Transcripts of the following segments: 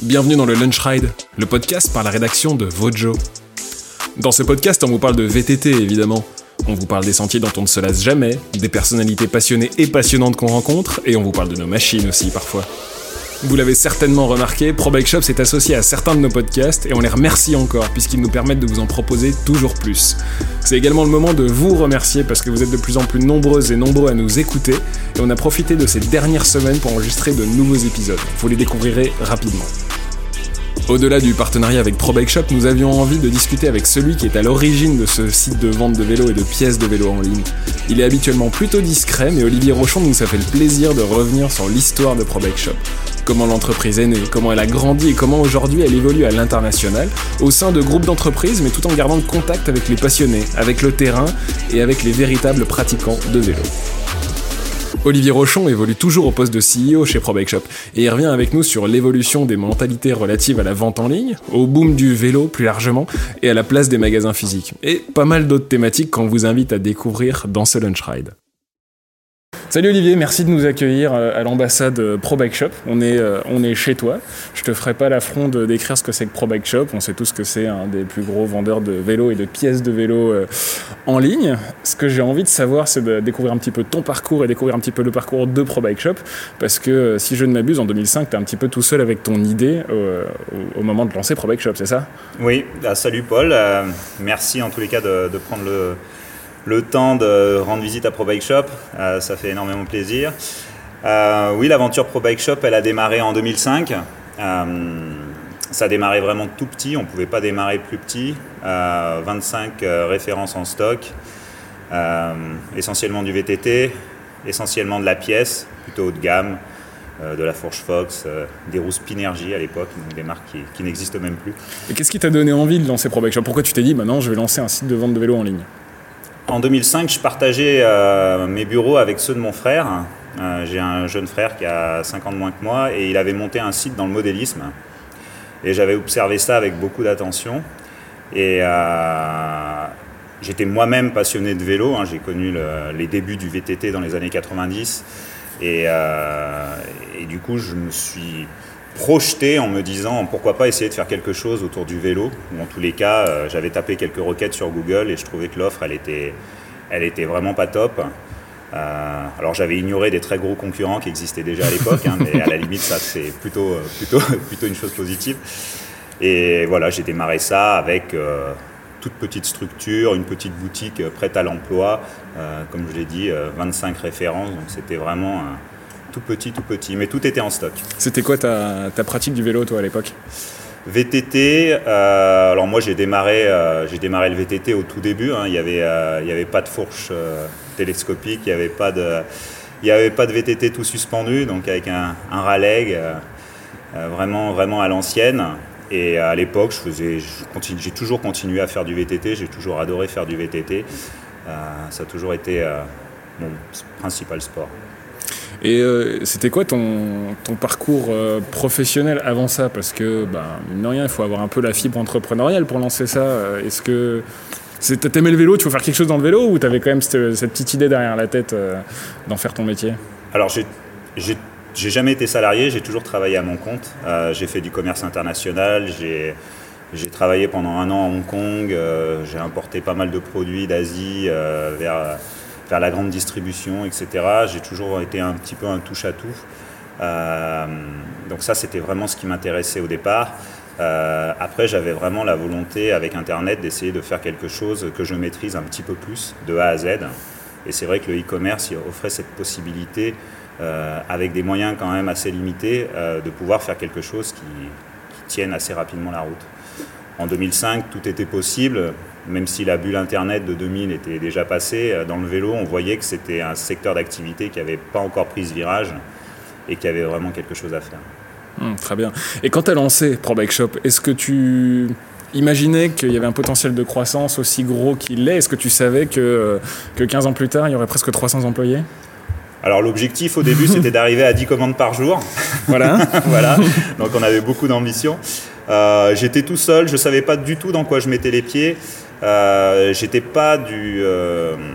Bienvenue dans le Lunch Ride, le podcast par la rédaction de Vojo. Dans ce podcast, on vous parle de VTT évidemment. On vous parle des sentiers dont on ne se lasse jamais, des personnalités passionnées et passionnantes qu'on rencontre, et on vous parle de nos machines aussi parfois. Vous l'avez certainement remarqué, Pro Bike Shop s'est associé à certains de nos podcasts et on les remercie encore puisqu'ils nous permettent de vous en proposer toujours plus. C'est également le moment de vous remercier parce que vous êtes de plus en plus nombreuses et nombreux à nous écouter et on a profité de ces dernières semaines pour enregistrer de nouveaux épisodes. Vous les découvrirez rapidement. Au-delà du partenariat avec Pro Bike Shop, nous avions envie de discuter avec celui qui est à l'origine de ce site de vente de vélos et de pièces de vélos en ligne. Il est habituellement plutôt discret, mais Olivier Rochon nous a fait le plaisir de revenir sur l'histoire de Pro Bike Shop. Comment l'entreprise est née, comment elle a grandi et comment aujourd'hui elle évolue à l'international, au sein de groupes d'entreprises, mais tout en gardant le contact avec les passionnés, avec le terrain et avec les véritables pratiquants de vélo. Olivier Rochon évolue toujours au poste de CEO chez Pro Bike Shop et il revient avec nous sur l'évolution des mentalités relatives à la vente en ligne, au boom du vélo plus largement et à la place des magasins physiques. Et pas mal d'autres thématiques qu'on vous invite à découvrir dans ce Lunch Ride. Salut Olivier, merci de nous accueillir à l'ambassade Pro Bike Shop. On est chez toi. Je te ferai pas l'affront de décrire ce que c'est que Pro Bike Shop. On sait tous que c'est un des plus gros vendeurs de vélos et de pièces de vélos en ligne. Ce que j'ai envie de savoir, c'est de découvrir un petit peu ton parcours et découvrir un petit peu le parcours de Pro Bike Shop. Parce que si je ne m'abuse, en 2005, tu es un petit peu tout seul avec ton idée au moment de lancer Pro Bike Shop, c'est ça ? Oui, salut Paul. Merci en tous les cas de prendre le temps de rendre visite à Pro Bike Shop, ça fait énormément plaisir. Oui, l'aventure Pro Bike Shop, elle a démarré en 2005. Ça a démarré vraiment tout petit, on ne pouvait pas démarrer plus petit. 25 références en stock, essentiellement du VTT, essentiellement de la pièce, plutôt haut de gamme, de la Forge Fox, des roues Spinergy à l'époque, donc des marques qui n'existent même plus. Et qu'est-ce qui t'a donné envie de lancer Pro Bike Shop ? Pourquoi tu t'es dit, maintenant je vais lancer un site de vente de vélos en ligne ? En 2005, je partageais mes bureaux avec ceux de mon frère. J'ai un jeune frère qui a 5 ans de moins que moi et il avait monté un site dans le modélisme. Et j'avais observé ça avec beaucoup d'attention. Et j'étais moi-même passionné de vélo. J'ai connu les débuts du VTT dans les années 90. Et du coup, je me suis projeté en me disant pourquoi pas essayer de faire quelque chose autour du vélo, ou en tous les cas j'avais tapé quelques requêtes sur Google et je trouvais que l'offre elle était vraiment pas top. Alors j'avais ignoré des très gros concurrents qui existaient déjà à l'époque, mais à la limite ça c'est plutôt une chose positive. Et voilà, j'ai démarré ça avec toute petite structure, une petite boutique prête à l'emploi, comme je l'ai dit, 25 références, donc c'était vraiment tout petit, mais tout était en stock. C'était quoi ta pratique du vélo, toi, à l'époque ? VTT, alors moi j'ai démarré le VTT au tout début, il y avait pas de fourche télescopique, il y avait pas de VTT tout suspendu, donc avec un rallye vraiment à l'ancienne. Et à l'époque, j'ai toujours continué à faire du VTT, j'ai toujours adoré faire du VTT. Ça a toujours été mon principal sport. Et c'était quoi ton parcours professionnel avant ça ? Parce que, mine de rien, il faut avoir un peu la fibre entrepreneuriale pour lancer ça. Est-ce que t'aimais le vélo, tu veux faire quelque chose dans le vélo, ou t'avais quand même cette petite idée derrière la tête d'en faire ton métier ? Alors, j'ai jamais été salarié, j'ai toujours travaillé à mon compte. J'ai fait du commerce international, j'ai travaillé pendant 1 an à Hong Kong, j'ai importé pas mal de produits d'Asie vers la grande distribution, etc. J'ai toujours été un petit peu un touche-à-tout. Donc ça, c'était vraiment ce qui m'intéressait au départ. Après, j'avais vraiment la volonté, avec Internet, d'essayer de faire quelque chose que je maîtrise un petit peu plus, de A à Z. Et c'est vrai que le e-commerce offrait cette possibilité, avec des moyens quand même assez limités, de pouvoir faire quelque chose qui tienne assez rapidement la route. En 2005, tout était possible. Même si la bulle Internet de 2000 était déjà passée, dans le vélo, on voyait que c'était un secteur d'activité qui n'avait pas encore pris ce virage et qui avait vraiment quelque chose à faire. Très bien. Et quand tu as lancé Pro Bike Shop, est-ce que tu imaginais qu'il y avait un potentiel de croissance aussi gros qu'il l'est ? Est-ce que tu savais que 15 ans plus tard, il y aurait presque 300 employés ? Alors l'objectif au début, c'était d'arriver à 10 commandes par jour. Voilà. Donc on avait beaucoup d'ambition. J'étais tout seul, je ne savais pas du tout dans quoi je mettais les pieds. J'étais pas du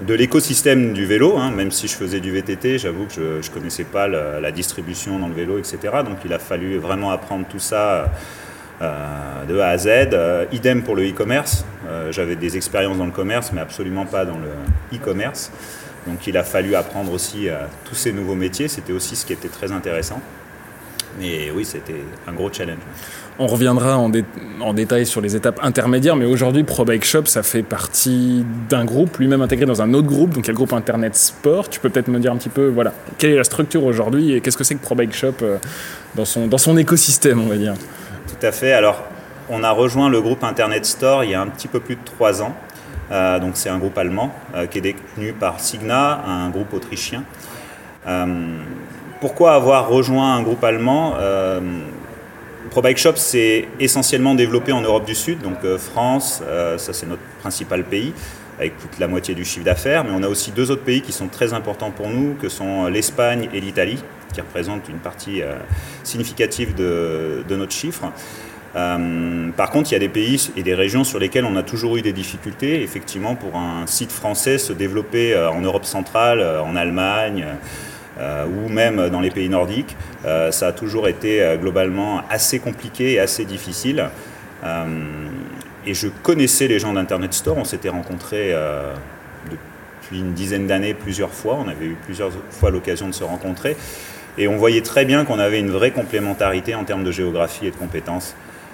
de l'écosystème du vélo, même si je faisais du VTT, j'avoue que je ne connaissais pas la distribution dans le vélo, etc. Donc il a fallu vraiment apprendre tout ça de A à Z. Idem pour le e-commerce. J'avais des expériences dans le commerce, mais absolument pas dans le e-commerce. Donc il a fallu apprendre aussi tous ces nouveaux métiers. C'était aussi ce qui était très intéressant. Mais oui, c'était un gros challenge. On reviendra en détail sur les étapes intermédiaires, mais aujourd'hui, Pro Bike Shop, ça fait partie d'un groupe, lui-même intégré dans un autre groupe, donc il y a le groupe Internet Sport. Tu peux peut-être me dire un petit peu, voilà, quelle est la structure aujourd'hui et qu'est-ce que c'est que Pro Bike Shop dans son écosystème, on va dire. Tout à fait. Alors, on a rejoint le groupe Internet Store il y a un petit peu plus de 3 ans. Donc c'est un groupe allemand qui est détenu par Signa, un groupe autrichien. Pourquoi avoir rejoint un groupe allemand Pro Bike Shop s'est essentiellement développé en Europe du Sud, donc France, ça c'est notre principal pays, avec plus de la moitié du chiffre d'affaires, mais on a aussi 2 autres pays qui sont très importants pour nous, que sont l'Espagne et l'Italie, qui représentent une partie significative de notre chiffre. Par contre, il y a des pays et des régions sur lesquelles on a toujours eu des difficultés. Effectivement, pour un site français se développer en Europe centrale, en Allemagne, ou même dans les pays nordiques, ça a toujours été globalement assez compliqué et assez difficile. Et je connaissais les gens d'Internet Store, on s'était rencontrés depuis une dizaine d'années plusieurs fois, on avait eu plusieurs fois l'occasion de se rencontrer, et on voyait très bien qu'on avait une vraie complémentarité en termes de géographie et de compétences.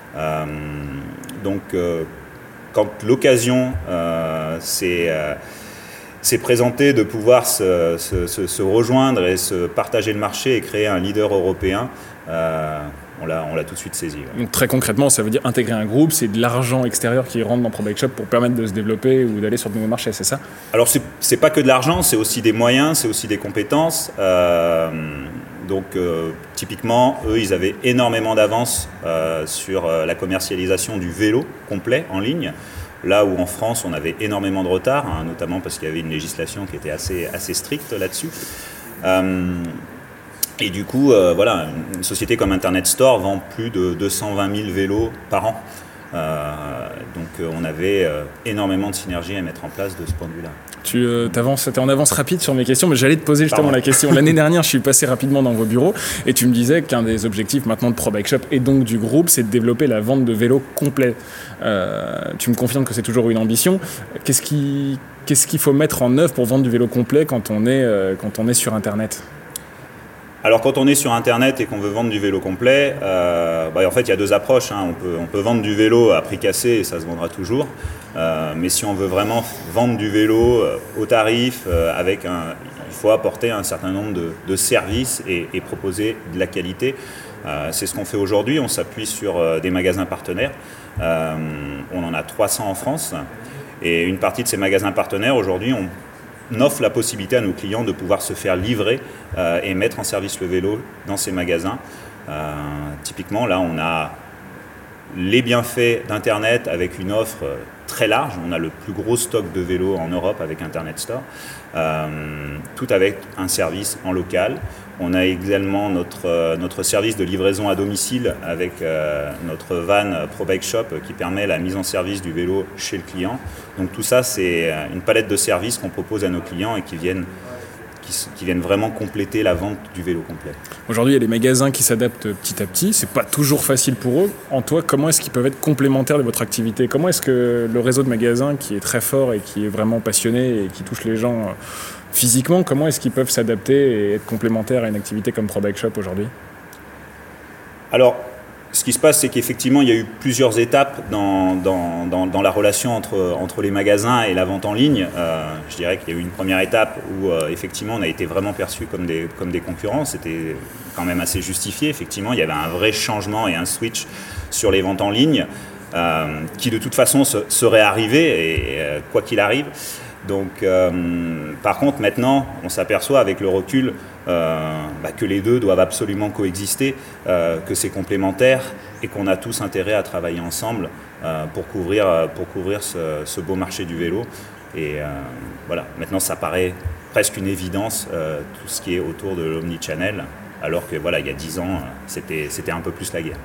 Donc quand l'occasion s'est présentée de pouvoir se rejoindre et se partager le marché et créer un leader européen, on l'a tout de suite saisi. Ouais. Donc très concrètement, ça veut dire intégrer un groupe, c'est de l'argent extérieur qui rentre dans Pro Bike Shop pour permettre de se développer ou d'aller sur de nouveaux marchés, c'est ça ? Alors c'est pas que de l'argent, c'est aussi des moyens, c'est aussi des compétences. Donc typiquement, eux, ils avaient énormément d'avance sur la commercialisation du vélo complet en ligne. Là où en France, on avait énormément de retard, notamment parce qu'il y avait une législation qui était assez stricte là-dessus. Et du coup, voilà, une société comme Internet Store vend plus de 220 000 vélos par an. Donc on avait énormément de synergie à mettre en place de ce point de vue-là. Tu t'es en avance rapide sur mes questions, mais j'allais te poser justement la question. L'année dernière, je suis passé rapidement dans vos bureaux et tu me disais qu'un des objectifs maintenant de Pro Bike Shop et donc du groupe, c'est de développer la vente de vélos complets. Tu me confirmes que c'est toujours une ambition. Qu'est-ce qu'il faut mettre en œuvre pour vendre du vélo complet quand on est sur Internet ? Alors quand on est sur Internet et qu'on veut vendre du vélo complet, en fait il y a 2 approches. On peut vendre du vélo à prix cassé et ça se vendra toujours. Mais si on veut vraiment vendre du vélo au tarif, il faut apporter un certain nombre de services et proposer de la qualité. C'est ce qu'on fait aujourd'hui. On s'appuie sur des magasins partenaires. On en a 300 en France. Et une partie de ces magasins partenaires, aujourd'hui, on offre la possibilité à nos clients de pouvoir se faire livrer et mettre en service le vélo dans ces magasins. Typiquement, là, on a les bienfaits d'Internet avec une offre très large. On a le plus gros stock de vélos en Europe avec Internet Store, tout avec un service en local. On a également notre service de livraison à domicile avec notre van Pro Bike Shop qui permet la mise en service du vélo chez le client. Donc tout ça, c'est une palette de services qu'on propose à nos clients et qui viennent vraiment compléter la vente du vélo complet. Aujourd'hui, il y a des magasins qui s'adaptent petit à petit. C'est pas toujours facile pour eux. En toi, comment est-ce qu'ils peuvent être complémentaires de votre activité ? Comment est-ce que le réseau de magasins qui est très fort et qui est vraiment passionné et qui touche les gens physiquement, comment est-ce qu'ils peuvent s'adapter et être complémentaires à une activité comme Pro Bike Shop aujourd'hui ? Alors, ce qui se passe, c'est qu'effectivement, il y a eu plusieurs étapes dans la relation entre les magasins et la vente en ligne. Je dirais qu'il y a eu une première étape où, effectivement, on a été vraiment perçus comme des concurrents. C'était quand même assez justifié. Effectivement, il y avait un vrai changement et un switch sur les ventes en ligne qui, de toute façon, serait arrivé, et quoi qu'il arrive. Donc, par contre, maintenant, on s'aperçoit avec le recul que les deux doivent absolument coexister, que c'est complémentaire et qu'on a tous intérêt à travailler ensemble pour couvrir ce beau marché du vélo. Et voilà, maintenant, ça paraît presque une évidence, tout ce qui est autour de l'omnichannel, alors que voilà, il y a 10 ans, c'était un peu plus la guerre.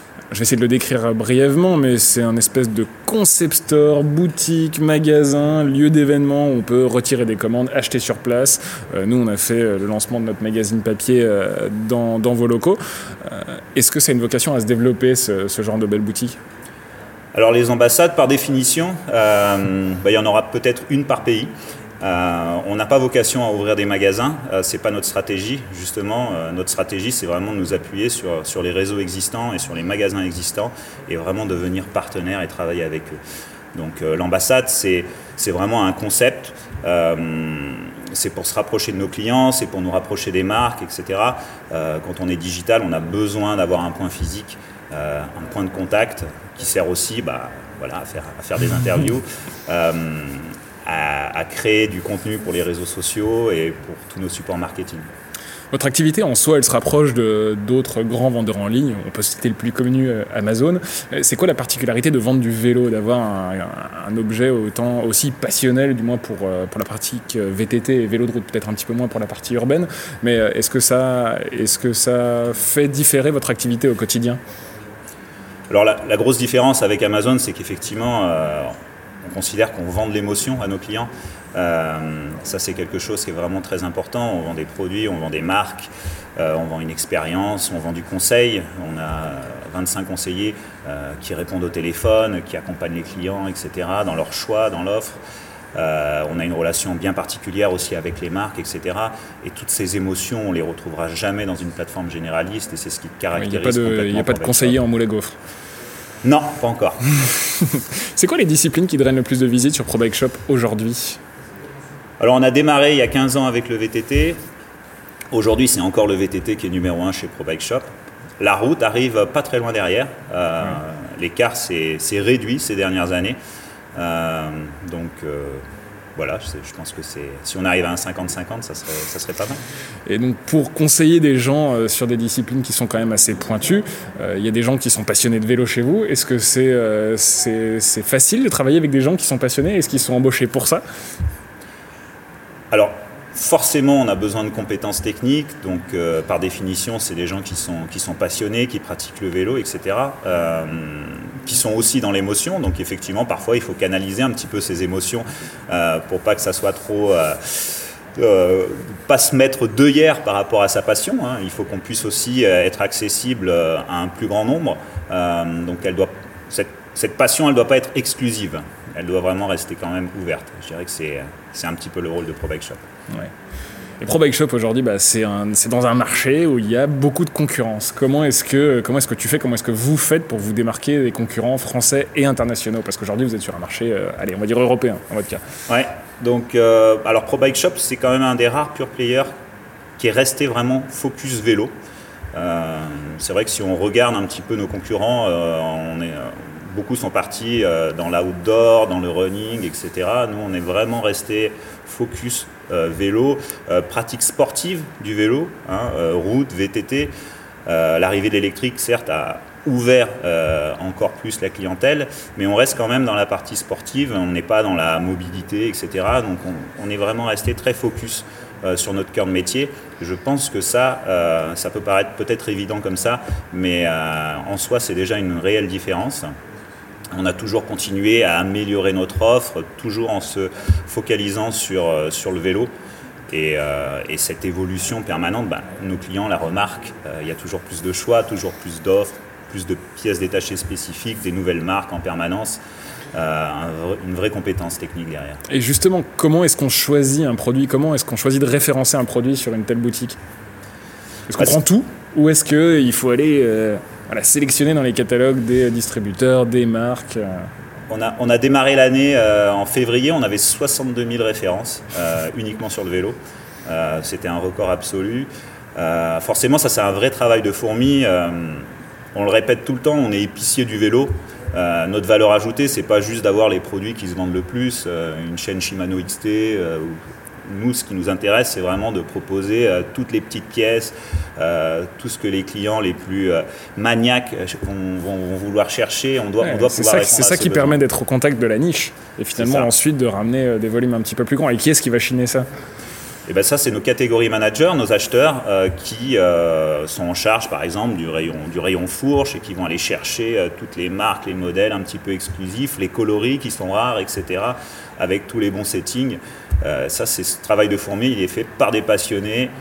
Je vais essayer de le décrire brièvement, mais c'est un espèce de concept store, boutique, magasin, lieu d'événement où on peut retirer des commandes, acheter sur place. Nous, on a fait le lancement de notre magazine papier dans vos locaux. Est-ce que c'est une vocation à se développer, ce genre de belle boutique ? Alors les ambassades, par définition, il y en aura peut-être une par pays. On n'a pas vocation à ouvrir des magasins, c'est pas notre stratégie justement. Notre stratégie, c'est vraiment de nous appuyer sur les réseaux existants et sur les magasins existants et vraiment devenir partenaire et travailler avec eux. Donc l'ambassade, c'est vraiment un concept. C'est pour se rapprocher de nos clients, c'est pour nous rapprocher des marques, etc. Quand on est digital, on a besoin d'avoir un point physique, un point de contact qui sert aussi à faire des interviews. À créer du contenu pour les réseaux sociaux et pour tous nos supports marketing. Votre activité en soi, elle se rapproche d'autres grands vendeurs en ligne. On peut citer le plus connu, Amazon. C'est quoi la particularité de vendre du vélo, d'avoir un objet aussi passionnel, du moins pour la pratique VTT et vélo de route, peut-être un petit peu moins pour la partie urbaine, mais est-ce que ça fait différer votre activité au quotidien ? Alors la grosse différence avec Amazon, c'est qu'effectivement, on considère qu'on vend de l'émotion à nos clients. Ça, c'est quelque chose qui est vraiment très important. On vend des produits, on vend des marques, on vend une expérience, on vend du conseil. On a 25 conseillers qui répondent au téléphone, qui accompagnent les clients, etc., dans leur choix, dans l'offre. On a une relation bien particulière aussi avec les marques, etc. Et toutes ces émotions, on ne les retrouvera jamais dans une plateforme généraliste et c'est ce qui caractérise complètement. Il n'y a pas de conseiller en moule à gaufres. Non, pas encore. C'est quoi les disciplines qui drainent le plus de visites sur ProBike Shop aujourd'hui ? Alors on a démarré il y a 15 ans avec le VTT. Aujourd'hui, c'est encore le VTT qui est numéro 1 chez ProBike Shop. La route arrive pas très loin derrière. L'écart s'est réduit ces dernières années. Voilà, je pense que si on arrive à un 50-50, ça serait pas mal. Et donc pour conseiller des gens sur des disciplines qui sont quand même assez pointues, il y a des gens qui sont passionnés de vélo chez vous. Est-ce que c'est facile de travailler avec des gens qui sont passionnés ? Est-ce qu'ils sont embauchés pour ça ? Alors, forcément, on a besoin de compétences techniques. Donc, par définition, c'est des gens qui sont passionnés, qui pratiquent le vélo, etc., qui sont aussi dans l'émotion. Donc, effectivement, parfois, il faut canaliser un petit peu ces émotions pour pas que ça soit trop... pas se mettre d'œillères par rapport à sa passion. Il faut qu'on puisse aussi être accessible à un plus grand nombre. Donc, cette passion, elle ne doit pas être exclusive. Elle doit vraiment rester quand même ouverte. Je dirais que c'est un petit peu le rôle de ProBike Shop. Ouais. Et ProBike Shop aujourd'hui, c'est dans un marché où il y a beaucoup de concurrence. Comment est-ce que vous faites pour vous démarquer des concurrents français et internationaux ? Parce qu'aujourd'hui, vous êtes sur un marché, on va dire européen, en votre cas. Ouais. Donc, alors ProBike Shop, c'est quand même un des rares pure players qui est resté vraiment focus vélo. C'est vrai que si on regarde un petit peu nos concurrents, beaucoup sont partis dans l'outdoor, dans le running, etc. Nous, on est vraiment resté focus vélo, pratique sportive du vélo, route, VTT. L'arrivée de l'électrique, certes, a ouvert encore plus la clientèle, mais on reste quand même dans la partie sportive, on n'est pas dans la mobilité, etc. Donc, on est vraiment resté très focus sur notre cœur de métier. Je pense que ça peut paraître peut-être évident comme ça, mais en soi, c'est déjà une réelle différence. On a toujours continué à améliorer notre offre, toujours en se focalisant sur le vélo. Et cette évolution permanente, nos clients la remarquent. Il y a toujours plus de choix, toujours plus d'offres, plus de pièces détachées spécifiques, des nouvelles marques en permanence. Une vraie compétence technique derrière. Et justement, comment est-ce qu'on choisit un produit ? Comment est-ce qu'on choisit de référencer un produit sur une telle boutique ? Est-ce qu'on prend tout ? Ou est-ce qu'il faut aller sélectionner dans les catalogues des distributeurs, des marques ? On a démarré l'année en février, on avait 62 000 références uniquement sur le vélo. C'était un record absolu. Forcément, ça c'est un vrai travail de fourmi. On le répète tout le temps, on est épicier du vélo. Notre valeur ajoutée, c'est pas juste d'avoir les produits qui se vendent le plus, une chaîne Shimano XT. Nous, ce qui nous intéresse, c'est vraiment de proposer toutes les petites pièces, tout ce que les clients les plus maniaques vont vouloir chercher. On doit pouvoir répondre à c'est ça qui permet d'être au contact de la niche et finalement ensuite de ramener des volumes un petit peu plus grands. Et qui est-ce qui va chiner ça ? Et ben ça, c'est nos catégories managers, nos acheteurs qui sont en charge, par exemple, du rayon fourche et qui vont aller chercher toutes les marques, les modèles un petit peu exclusifs, les coloris qui sont rares, etc., avec tous les bons settings. Ça, c'est ce travail de fourmi, il est fait par des passionnés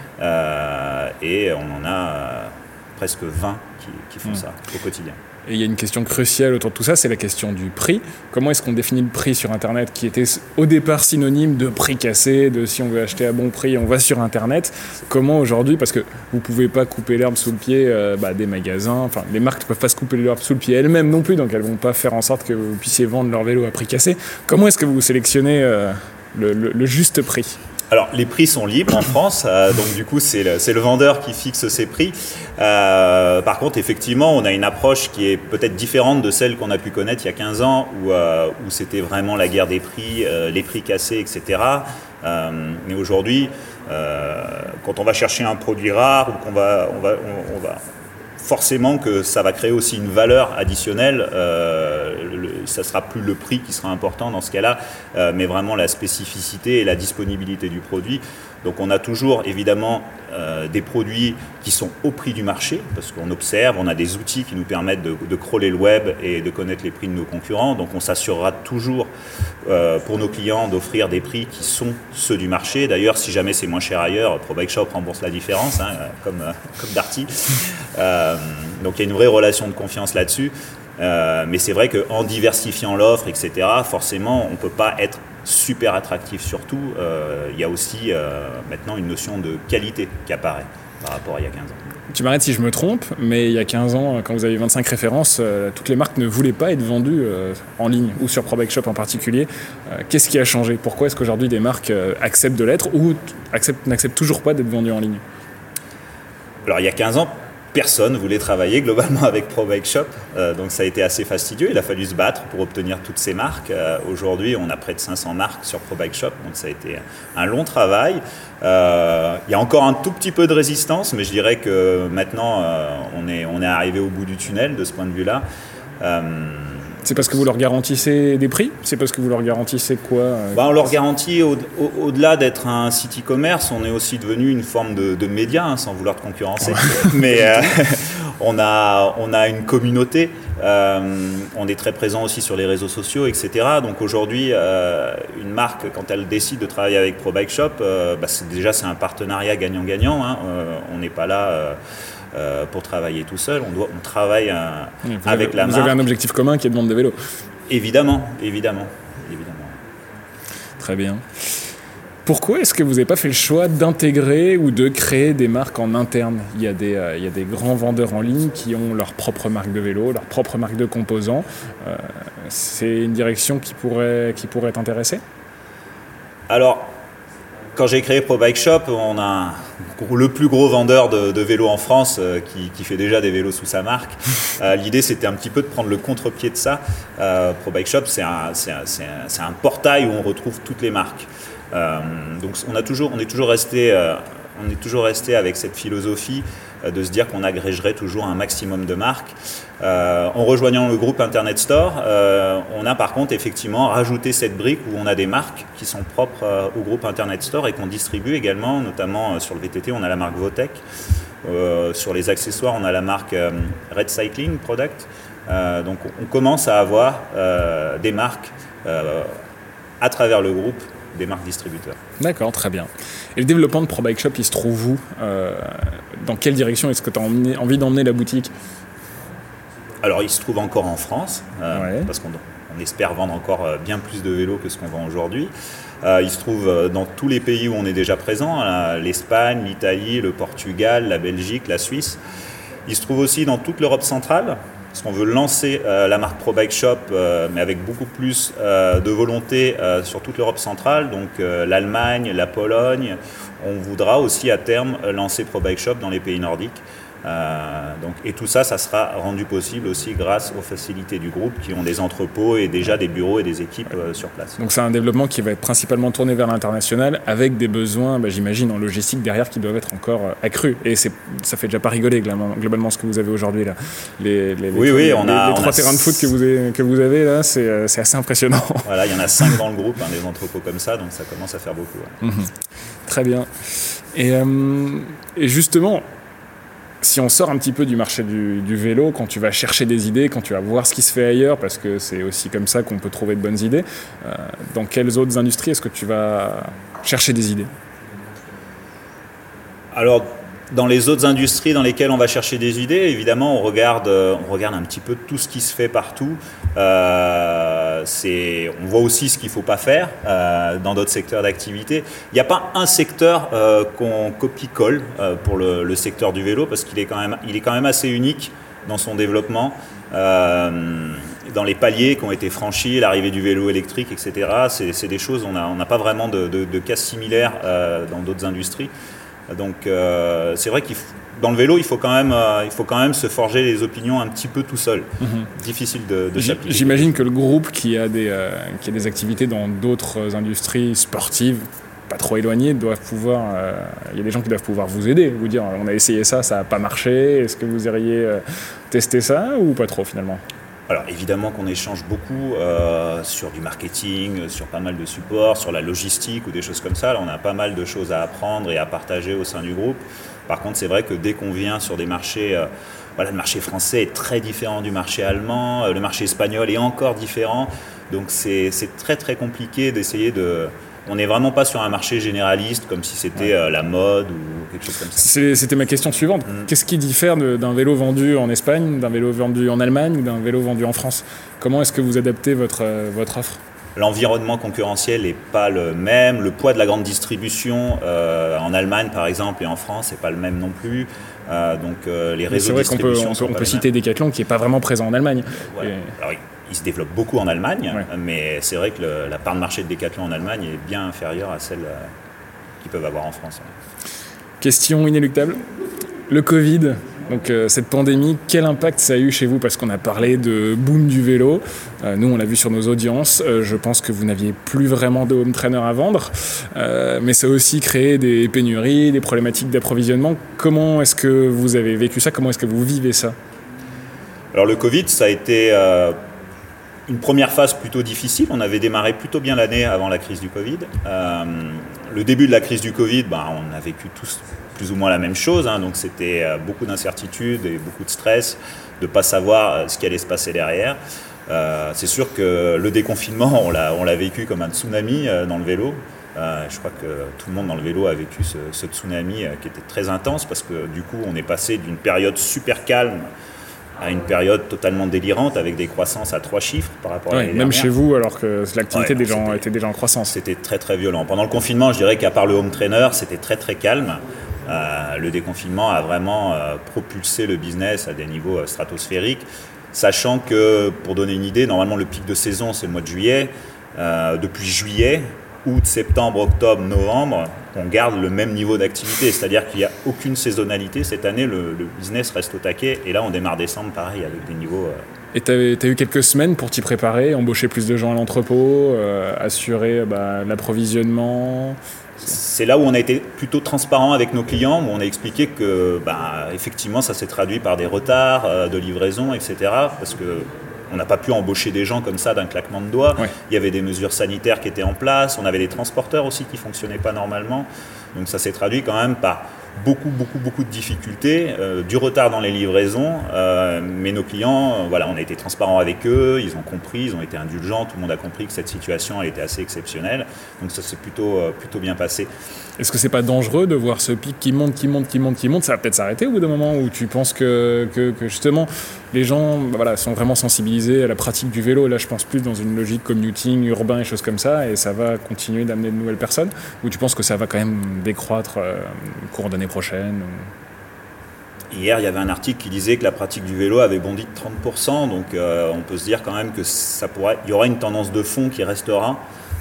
et on en a presque 20 qui font ça au quotidien. Et il y a une question cruciale autour de tout ça, c'est la question du prix. Comment est-ce qu'on définit le prix sur Internet, qui était au départ synonyme de prix cassé, de si on veut acheter à bon prix, on va sur Internet. Comment aujourd'hui, parce que vous ne pouvez pas couper l'herbe sous le pied des magasins, enfin les marques ne peuvent pas se couper l'herbe sous le pied elles-mêmes non plus, donc elles ne vont pas faire en sorte que vous puissiez vendre leur vélo à prix cassé. Comment est-ce que vous sélectionnez le juste prix ? Alors, les prix sont libres en France, donc du coup, c'est le vendeur qui fixe ses prix. Par contre, effectivement, on a une approche qui est peut-être différente de celle qu'on a pu connaître il y a 15 ans, où c'était vraiment la guerre des prix, les prix cassés, etc. Mais aujourd'hui, quand on va chercher un produit rare, ou qu'on va forcément que ça va créer aussi une valeur additionnelle. Ça ne sera plus le prix qui sera important dans ce cas-là, mais vraiment la spécificité et la disponibilité du produit. Donc on a toujours évidemment des produits qui sont au prix du marché, parce qu'on observe, on a des outils qui nous permettent de crawler le web et de connaître les prix de nos concurrents. Donc on s'assurera toujours pour nos clients d'offrir des prix qui sont ceux du marché. D'ailleurs, si jamais c'est moins cher ailleurs, ProBike Shop rembourse la différence, comme Darty. Donc il y a une vraie relation de confiance là-dessus. Mais c'est vrai qu'en diversifiant l'offre, etc., forcément, on ne peut pas être super attractif. Surtout, il y a aussi maintenant une notion de qualité qui apparaît par rapport à il y a 15 ans. Tu m'arrêtes si je me trompe, mais il y a 15 ans, quand vous avez 25 références, toutes les marques ne voulaient pas être vendues en ligne ou sur ProBike Shop en particulier. Qu'est-ce qui a changé ? Pourquoi est-ce qu'aujourd'hui des marques acceptent de l'être ou n'acceptent toujours pas d'être vendues en ligne ? Alors il y a 15 ans, personne ne voulait travailler globalement avec ProBike Shop, donc ça a été assez fastidieux. Il a fallu se battre pour obtenir toutes ces marques. Aujourd'hui, on a près de 500 marques sur ProBike Shop, donc ça a été un long travail. Il y a encore un tout petit peu de résistance, mais je dirais que maintenant, on est arrivé au bout du tunnel de ce point de vue-là. C'est parce que vous leur garantissez des prix ? C'est parce que vous leur garantissez quoi ? On leur garantit, au-delà d'être un site e-commerce, on est aussi devenu une forme de média, sans vouloir te concurrencer. Mais on a une communauté, on est très présent aussi sur les réseaux sociaux, etc. Donc aujourd'hui, une marque, quand elle décide de travailler avec ProBike Shop, c'est un partenariat gagnant-gagnant. On n'est pas là... pour travailler tout seul, on travaille avec la marque. Vous avez un objectif commun qui est de vendre des vélos. Évidemment. Très bien. Pourquoi est-ce que vous n'avez pas fait le choix d'intégrer ou de créer des marques en interne ? Il y a des grands vendeurs en ligne qui ont leur propre marque de vélo, leur propre marque de composants. C'est une direction qui pourrait t'intéresser ? Alors, quand j'ai créé ProBike Shop, on a le plus gros vendeur de vélos en France qui fait déjà des vélos sous sa marque. L'idée, c'était un petit peu de prendre le contre-pied de ça. ProBike Shop, c'est un portail où on retrouve toutes les marques. Donc on est toujours resté avec cette philosophie de se dire qu'on agrégerait toujours un maximum de marques. En rejoignant le groupe Internet Store, on a par contre effectivement rajouté cette brique où on a des marques qui sont propres au groupe Internet Store et qu'on distribue également, notamment sur le VTT, on a la marque Votech. Sur les accessoires, on a la marque Red Cycling Product. Donc on commence à avoir des marques à travers le groupe, des marques distributeurs. D'accord, très bien. Et le développement de ProBike Shop, il se trouve où ? Dans quelle direction est-ce que tu as envie d'emmener la boutique ? Alors, il se trouve encore en France, parce qu'on espère vendre encore bien plus de vélos que ce qu'on vend aujourd'hui. Il se trouve dans tous les pays où on est déjà présent, l'Espagne, l'Italie, le Portugal, la Belgique, la Suisse. Il se trouve aussi dans toute l'Europe centrale, parce qu'on veut lancer la marque ProBike Shop, mais avec beaucoup plus de volonté sur toute l'Europe centrale, donc l'Allemagne, la Pologne. On voudra aussi à terme lancer ProBike Shop dans les pays nordiques. Et tout ça sera rendu possible aussi grâce aux facilités du groupe qui ont des entrepôts et déjà des bureaux et des équipes sur place. Donc c'est un développement qui va être principalement tourné vers l'international avec des besoins, j'imagine, en logistique derrière qui doivent être encore accrus. Et ça fait déjà pas rigoler globalement ce que vous avez aujourd'hui là. Les trois terrains de foot que vous avez là, c'est assez impressionnant. Voilà, il y en a 5 dans le groupe, des entrepôts comme ça, donc ça commence à faire beaucoup. Ouais. Très bien. Et justement, si on sort un petit peu du marché du vélo, quand tu vas chercher des idées, quand tu vas voir ce qui se fait ailleurs, parce que c'est aussi comme ça qu'on peut trouver de bonnes idées, dans quelles autres industries est-ce que tu vas chercher des idées ? Alors, dans les autres industries dans lesquelles on va chercher des idées, évidemment, on regarde un petit peu tout ce qui se fait partout. On voit aussi ce qu'il ne faut pas faire dans d'autres secteurs d'activité. Il n'y a pas un secteur qu'on copie-colle pour le secteur du vélo, parce qu'il est quand même assez unique dans son développement. Dans les paliers qui ont été franchis, l'arrivée du vélo électrique, etc., c'est des choses, on n'a pas vraiment de cas similaires dans d'autres industries. Donc c'est vrai dans le vélo, il faut quand même se forger les opinions un petit peu tout seul. Difficile de s'appliquer. J'imagine que le groupe qui a des activités dans d'autres industries sportives, pas trop éloignées, doivent pouvoir. Il y a des gens qui doivent pouvoir vous aider, vous dire on a essayé ça n'a pas marché. Est-ce que vous iriez tester ça ou pas trop finalement ? Alors évidemment qu'on échange beaucoup sur du marketing, sur pas mal de supports, sur la logistique ou des choses comme ça. Là, on a pas mal de choses à apprendre et à partager au sein du groupe. Par contre, c'est vrai que dès qu'on vient sur des marchés, le marché français est très différent du marché allemand, le marché espagnol est encore différent. Donc c'est très très compliqué d'essayer de... On n'est vraiment pas sur un marché généraliste comme si c'était la mode ou quelque chose comme ça. C'était ma question suivante. Qu'est-ce qui diffère d'un vélo vendu en Espagne, d'un vélo vendu en Allemagne ou d'un vélo vendu en France ? Comment est-ce que vous adaptez votre offre ? L'environnement concurrentiel n'est pas le même. Le poids de la grande distribution en Allemagne, par exemple, et en France, n'est pas le même non plus. Les réseaux de distribution on peut citer Decathlon qui n'est pas vraiment présent en Allemagne. Voilà. Alors, il se développe beaucoup en Allemagne, mais c'est vrai que la part de marché de Decathlon en Allemagne est bien inférieure à celle qu'ils peuvent avoir en France. Question inéluctable. Le Covid, donc cette pandémie, quel impact ça a eu chez vous ? Parce qu'on a parlé de boom du vélo. Nous, on l'a vu sur nos audiences. Je pense que vous n'aviez plus vraiment de home trainer à vendre. Mais ça a aussi créé des pénuries, des problématiques d'approvisionnement. Comment est-ce que vous avez vécu ça ? Comment est-ce que vous vivez ça ? Alors le Covid, ça a été une première phase plutôt difficile. On avait démarré plutôt bien l'année avant la crise du Covid. Le début de la crise du Covid, on a vécu tous plus ou moins la même chose. Donc c'était beaucoup d'incertitudes et beaucoup de stress de ne pas savoir ce qui allait se passer derrière. C'est sûr que le déconfinement, on l'a vécu comme un tsunami dans le vélo. Je crois que tout le monde dans le vélo a vécu ce tsunami qui était très intense parce que du coup, on est passé d'une période super calme à une période totalement délirante avec des croissances à 3 chiffres par rapport à l'année dernière. Même chez vous, alors que l'activité était déjà en croissance. C'était très très violent. Pendant le confinement, je dirais qu'à part le home trainer, c'était très très calme. Le déconfinement a vraiment propulsé le business à des niveaux stratosphériques, sachant que, pour donner une idée, normalement le pic de saison c'est le mois de juillet. Depuis juillet, août, septembre, octobre, novembre, on garde le même niveau d'activité, c'est-à-dire qu'il n'y a aucune saisonnalité. Cette année, le business reste au taquet, et là on démarre décembre pareil avec des niveaux... Et tu as eu quelques semaines pour t'y préparer, embaucher plus de gens à l'entrepôt, assurer l'approvisionnement. C'est là où on a été plutôt transparent avec nos clients, où on a expliqué que effectivement ça s'est traduit par des retards de livraison, etc. Parce qu'on n'a pas pu embaucher des gens comme ça d'un claquement de doigts. Il y avait des mesures sanitaires qui étaient en place, on avait des transporteurs aussi qui ne fonctionnaient pas normalement. Donc ça s'est traduit quand même par beaucoup de difficultés, du retard dans les livraisons, mais nos clients, on a été transparents avec eux, ils ont compris, ils ont été indulgents, tout le monde a compris que cette situation elle était assez exceptionnelle, donc ça s'est plutôt bien passé. Est-ce que c'est pas dangereux de voir ce pic qui monte, ça va peut-être s'arrêter au bout d'un moment où tu penses que justement les gens sont vraiment sensibilisés à la pratique du vélo, là je pense plus dans une logique commuting, urbain et choses comme ça, et ça va continuer d'amener de nouvelles personnes, ou tu penses que ça va quand même décroître au cours d'année prochaine Hier, il y avait un article qui disait que la pratique du vélo avait bondi de 30%, donc on peut se dire quand même que il y aura une tendance de fond qui restera.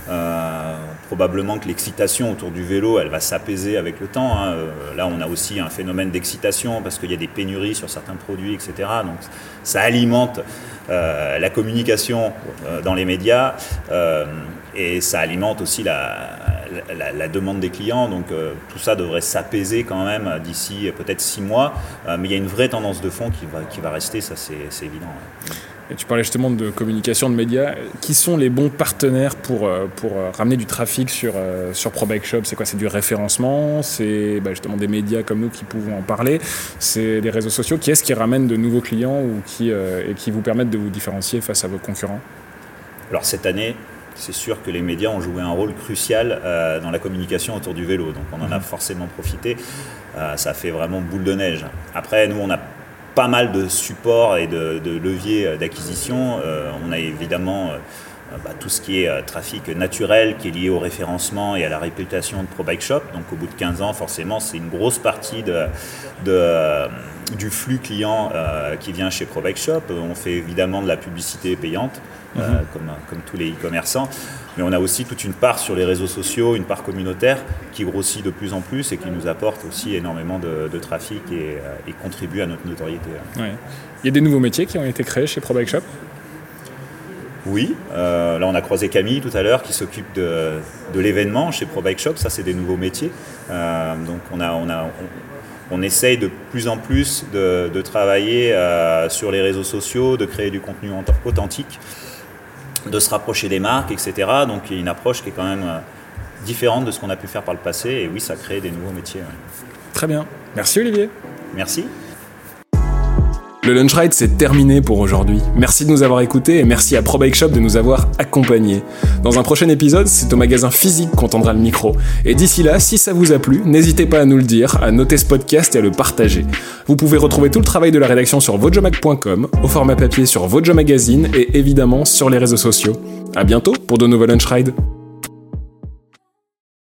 Probablement que l'excitation autour du vélo, elle va s'apaiser avec le temps. Là, on a aussi un phénomène d'excitation parce qu'il y a des pénuries sur certains produits, etc. Donc, ça alimente la communication dans les médias et ça alimente aussi la demande des clients. Donc, tout ça devrait s'apaiser quand même d'ici peut-être 6 mois. Mais il y a une vraie tendance de fond qui va rester, ça c'est évident. Et tu parlais justement de communication, de médias. Qui sont les bons partenaires pour ramener du trafic sur ProBike Shop? C'est quoi? C'est du référencement? C'est justement des médias comme nous qui pouvons en parler? C'est des réseaux sociaux? Qui est-ce qui ramène de nouveaux clients ou qui vous permettent de vous différencier face à vos concurrents? Alors cette année, c'est sûr que les médias ont joué un rôle crucial dans la communication autour du vélo. Donc on en a forcément profité. Ça fait vraiment boule de neige. Après, nous, on a pas mal de supports et de leviers d'acquisition. On a évidemment tout ce qui est trafic naturel qui est lié au référencement et à la réputation de ProBike Shop. Donc au bout de 15 ans, forcément, c'est une grosse partie du flux client qui vient chez ProBike Shop. On fait évidemment de la publicité payante, comme tous les e-commerçants. Mais on a aussi toute une part sur les réseaux sociaux, une part communautaire qui grossit de plus en plus et qui nous apporte aussi énormément de trafic et contribue à notre notoriété. Ouais. Il y a des nouveaux métiers qui ont été créés chez ProBike Shop? Oui, là on a croisé Camille tout à l'heure qui s'occupe de l'événement chez ProBike Shop. Ça, c'est des nouveaux métiers. Donc on essaye de plus en plus de travailler sur les réseaux sociaux, de créer du contenu authentique, de se rapprocher des marques, etc. Donc il y a une approche qui est quand même différente de ce qu'on a pu faire par le passé. Et oui, ça crée des nouveaux métiers. Ouais. Très bien. Merci Olivier. Merci. Le Lunch Ride, c'est terminé pour aujourd'hui. Merci de nous avoir écoutés et merci à ProBike Shop de nous avoir accompagnés. Dans un prochain épisode, c'est au magasin physique qu'on tendra le micro. Et d'ici là, si ça vous a plu, n'hésitez pas à nous le dire, à noter ce podcast et à le partager. Vous pouvez retrouver tout le travail de la rédaction sur vojomag.com, au format papier sur Vojo Magazine et évidemment sur les réseaux sociaux. À bientôt pour de nouveaux Lunch Rides.